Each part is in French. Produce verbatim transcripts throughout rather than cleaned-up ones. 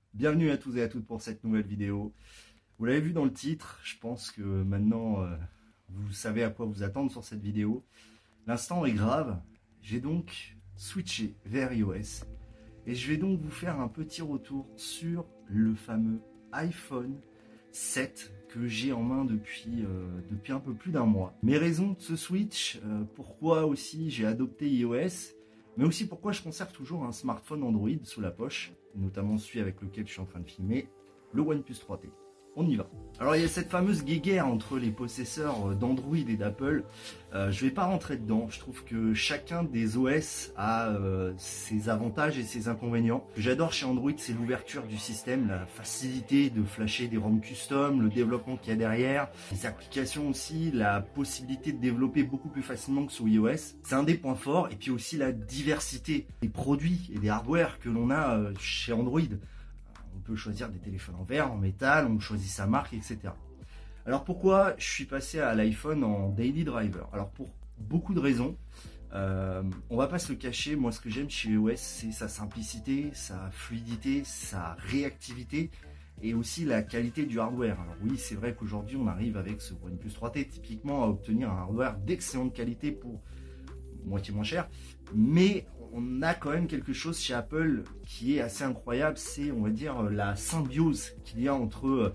Bienvenue à tous et à toutes pour cette nouvelle vidéo. Vous l'avez vu dans le titre, je pense que maintenant euh, vous savez à quoi vous attendre sur cette vidéo. L'instant est grave, j'ai donc switché vers iOS et je vais donc vous faire un petit retour sur le fameux iPhone sept que j'ai en main depuis, euh, depuis un peu plus d'un mois. Mes raisons de ce switch, euh, pourquoi aussi j'ai adopté iOS, mais aussi pourquoi je conserve toujours un smartphone Android sous la poche, notamment celui avec lequel je suis en train de filmer, le OnePlus trois T. On y va. Alors il y a cette fameuse guéguerre entre les possesseurs d'Android et d'Apple. Euh, je ne vais pas rentrer dedans. Je trouve que chacun des O S a euh, ses avantages et ses inconvénients. Ce que j'adore chez Android, c'est l'ouverture du système, la facilité de flasher des ROM custom, le développement qu'il y a derrière, les applications aussi, la possibilité de développer beaucoup plus facilement que sur iOS. C'est un des points forts. Et puis aussi la diversité des produits et des hardware que l'on a euh, chez Android. On peut choisir des téléphones en verre, en métal, on choisit sa marque, et cetera. Alors pourquoi je suis passé à l'iPhone en daily driver? Alors pour beaucoup de raisons. Euh, on va pas se le cacher, moi ce que j'aime chez iOS, c'est sa simplicité, sa fluidité, sa réactivité et aussi la qualité du hardware. Alors oui, c'est vrai qu'aujourd'hui on arrive avec ce OnePlus trois T typiquement à obtenir un hardware d'excellente qualité pour moitié moins cher, mais on a quand même quelque chose chez Apple qui est assez incroyable, c'est on va dire la symbiose qu'il y a entre euh,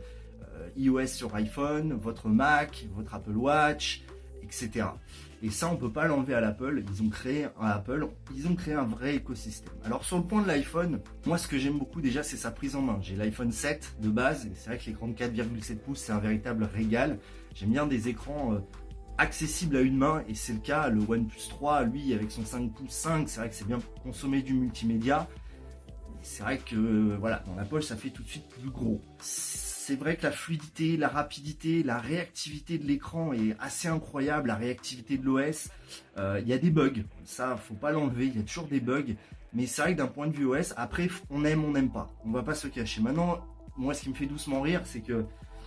iOS sur iPhone, votre Mac, votre Apple Watch, et cetera. Et ça on peut pas l'enlever à l'Apple, ils ont créé un Apple, ils ont créé un vrai écosystème. Alors sur le point de l'iPhone, moi ce que j'aime beaucoup déjà c'est sa prise en main. J'ai l'iPhone sept de base, et c'est vrai que l'écran de quatre virgule sept pouces c'est un véritable régal. J'aime bien des écrans euh, accessible à une main et c'est le cas. Le OnePlus trois, lui, avec son cinq pouces cinq, c'est vrai que c'est bien pour consommer du multimédia. C'est vrai que voilà, dans la poche ça fait tout de suite plus gros. C'est vrai que la fluidité, la rapidité, la réactivité de l'écran est assez incroyable, la réactivité de l'O S. Euh, il y a des bugs, ça faut pas l'enlever, il y a toujours des bugs. Mais c'est vrai que d'un point de vue O S, après on aime, on n'aime pas. On va pas se cacher. Maintenant, moi ce qui me fait doucement rire, c'est que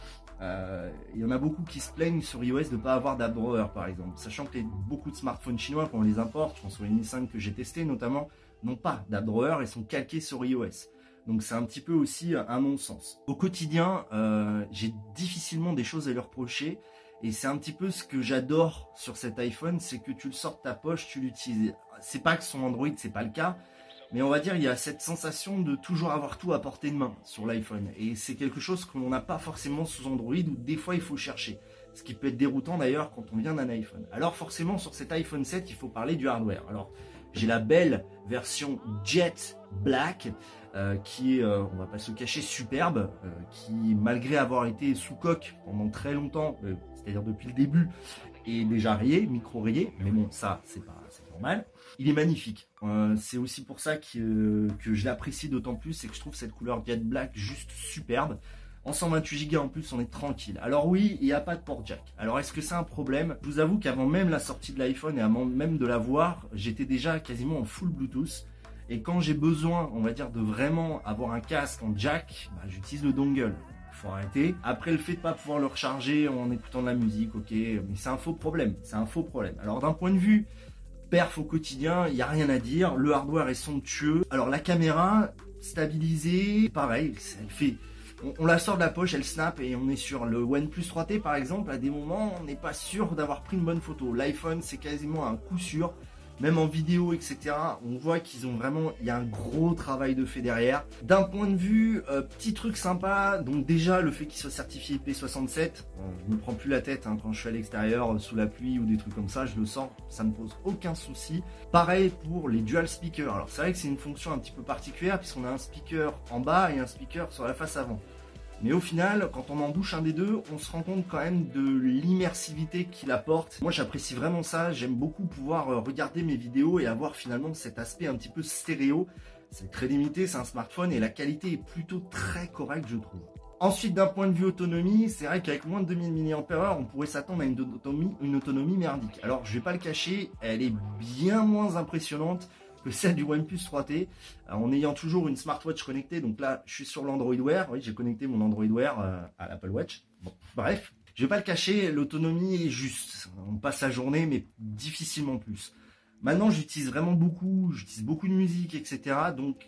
Euh, il y en a beaucoup qui se plaignent sur iOS de ne pas avoir d'app drawer par exemple, sachant que les, beaucoup de smartphones chinois quand on les importe, je pense au Mi cinq que j'ai testé notamment, n'ont pas d'app drawer et sont calqués sur iOS. Donc c'est un petit peu aussi un non-sens. Au quotidien, euh, j'ai difficilement des choses à leur reprocher et c'est un petit peu ce que j'adore sur cet iPhone, c'est que tu le sors de ta poche, tu l'utilises. C'est pas que son Android, c'est pas le cas. Mais on va dire il y a cette sensation de toujours avoir tout à portée de main sur l'iPhone. Et c'est quelque chose que l'on n'a pas forcément sous Android où des fois il faut chercher. Ce qui peut être déroutant d'ailleurs quand on vient d'un iPhone. Alors forcément sur cet iPhone sept il faut parler du hardware. Alors j'ai la belle version Jet Black euh, qui est, euh, on va pas se le cacher, superbe. Euh, qui malgré avoir été sous coque pendant très longtemps, euh, c'est-à-dire depuis le début, est déjà rayé, micro rayé. Mais bon ça c'est pas c'est normal. Il est magnifique. Euh, c'est aussi pour ça que, euh, que je l'apprécie d'autant plus, c'est que je trouve cette couleur Jet Black juste superbe. En cent vingt-huit giga en plus, on est tranquille. Alors oui, il n'y a pas de port jack. Alors est-ce que c'est un problème? Je vous avoue qu'avant même la sortie de l'iPhone et avant même de la voir, j'étais déjà quasiment en full Bluetooth. Et quand j'ai besoin, on va dire, de vraiment avoir un casque en jack, bah, j'utilise le dongle. Faut arrêter. Après, le fait de ne pas pouvoir le recharger en écoutant de la musique, ok, mais c'est un faux problème. C'est un faux problème. Alors d'un point de vue perf au quotidien, il n'y a rien à dire, le hardware est somptueux. Alors la caméra, stabilisée, pareil, elle fait, on, on la sort de la poche, elle snap et on est sur le OnePlus trois T par exemple, à des moments on n'est pas sûr d'avoir pris une bonne photo. L'iPhone c'est quasiment un coup sûr, même en vidéo et cetera. On voit qu'ils ont vraiment, il y a un gros travail de fait derrière. D'un point de vue, euh, petit truc sympa, donc déjà le fait qu'il soit certifié I P soixante-sept, euh, je me prends plus la tête hein, quand je suis à l'extérieur, euh, sous la pluie ou des trucs comme ça, je le sors, ça me pose aucun souci. Pareil pour les dual speakers. Alors c'est vrai que c'est une fonction un petit peu particulière puisqu'on a un speaker en bas et un speaker sur la face avant. Mais au final, quand on en bouche un des deux, on se rend compte quand même de l'immersivité qu'il apporte. Moi, j'apprécie vraiment ça. J'aime beaucoup pouvoir regarder mes vidéos et avoir finalement cet aspect un petit peu stéréo. C'est très limité, c'est un smartphone et la qualité est plutôt très correcte, je trouve. Ensuite, d'un point de vue autonomie, c'est vrai qu'avec moins de deux mille milliampères heure, on pourrait s'attendre à une autonomie, une autonomie merdique. Alors, je vais pas le cacher, elle est bien moins impressionnante que celle du OnePlus trois T, en ayant toujours une smartwatch connectée. Donc là, je suis sur l'Android Wear. Oui, j'ai connecté mon Android Wear euh, à l'Apple Watch. Bon, bref, je vais pas le cacher, l'autonomie est juste. On passe la journée, mais difficilement plus. Maintenant, j'utilise vraiment beaucoup, j'utilise beaucoup de musique, et cetera. Donc,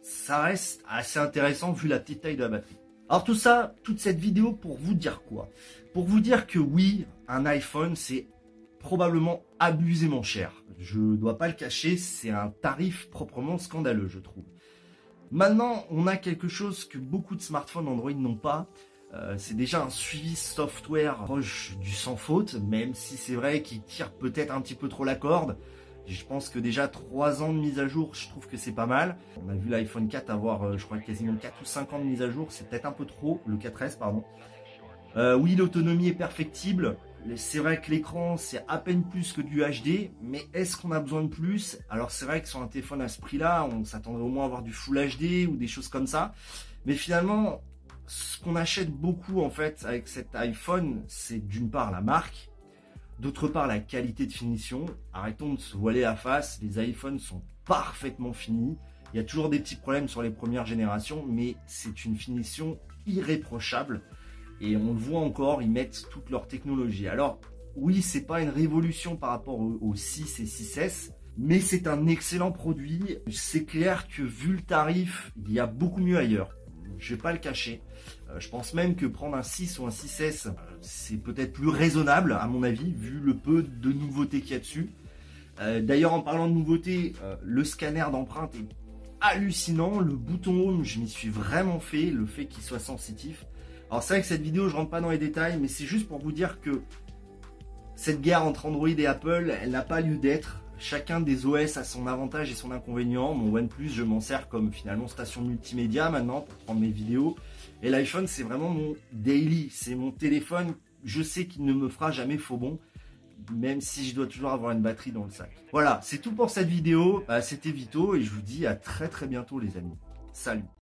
ça reste assez intéressant vu la petite taille de la batterie. Alors tout ça, toute cette vidéo pour vous dire quoi? Pour vous dire que oui, un iPhone c'est probablement abusément cher. Je ne dois pas le cacher, c'est un tarif proprement scandaleux je trouve. Maintenant, on a quelque chose que beaucoup de smartphones Android n'ont pas. Euh, c'est déjà un suivi software proche du sans faute, même si c'est vrai qu'il tire peut-être un petit peu trop la corde. Je pense que déjà trois ans de mise à jour, je trouve que c'est pas mal. On a vu l'iPhone quatre avoir, euh, je crois, quasiment quatre ou cinq ans de mise à jour. C'est peut-être un peu trop, le quatre S, pardon. Euh, oui, l'autonomie est perfectible. C'est vrai que l'écran, c'est à peine plus que du H D. Mais est-ce qu'on a besoin de plus? Alors c'est vrai que sur un téléphone à ce prix-là, on s'attendrait au moins à avoir du Full H D ou des choses comme ça. Mais finalement, ce qu'on achète beaucoup en fait avec cet iPhone, c'est d'une part la marque. D'autre part, la qualité de finition. Arrêtons de se voiler la face. Les iPhones sont parfaitement finis. Il y a toujours des petits problèmes sur les premières générations, mais c'est une finition irréprochable. Et on le voit encore, ils mettent toute leur technologie. Alors, oui, c'est pas une révolution par rapport au, au six et six S, mais c'est un excellent produit. C'est clair que vu le tarif, il y a beaucoup mieux ailleurs. Je vais pas le cacher. Euh, je pense même que prendre un six ou un six S, euh, c'est peut-être plus raisonnable à mon avis, vu le peu de nouveautés qu'il y a dessus. Euh, D'ailleurs, en parlant de nouveautés, euh, le scanner d'empreinte est hallucinant. Le bouton Home, je m'y suis vraiment fait, le fait qu'il soit sensitif. Alors c'est vrai que cette vidéo, je rentre pas dans les détails, mais c'est juste pour vous dire que cette guerre entre Android et Apple, elle n'a pas lieu d'être. Chacun des O S a son avantage et son inconvénient. Mon OnePlus, je m'en sers comme finalement station multimédia maintenant pour prendre mes vidéos. Et l'iPhone, c'est vraiment mon daily. C'est mon téléphone. Je sais qu'il ne me fera jamais faux bon, même si je dois toujours avoir une batterie dans le sac. Voilà, c'est tout pour cette vidéo. C'était Vito et je vous dis à très très bientôt les amis. Salut!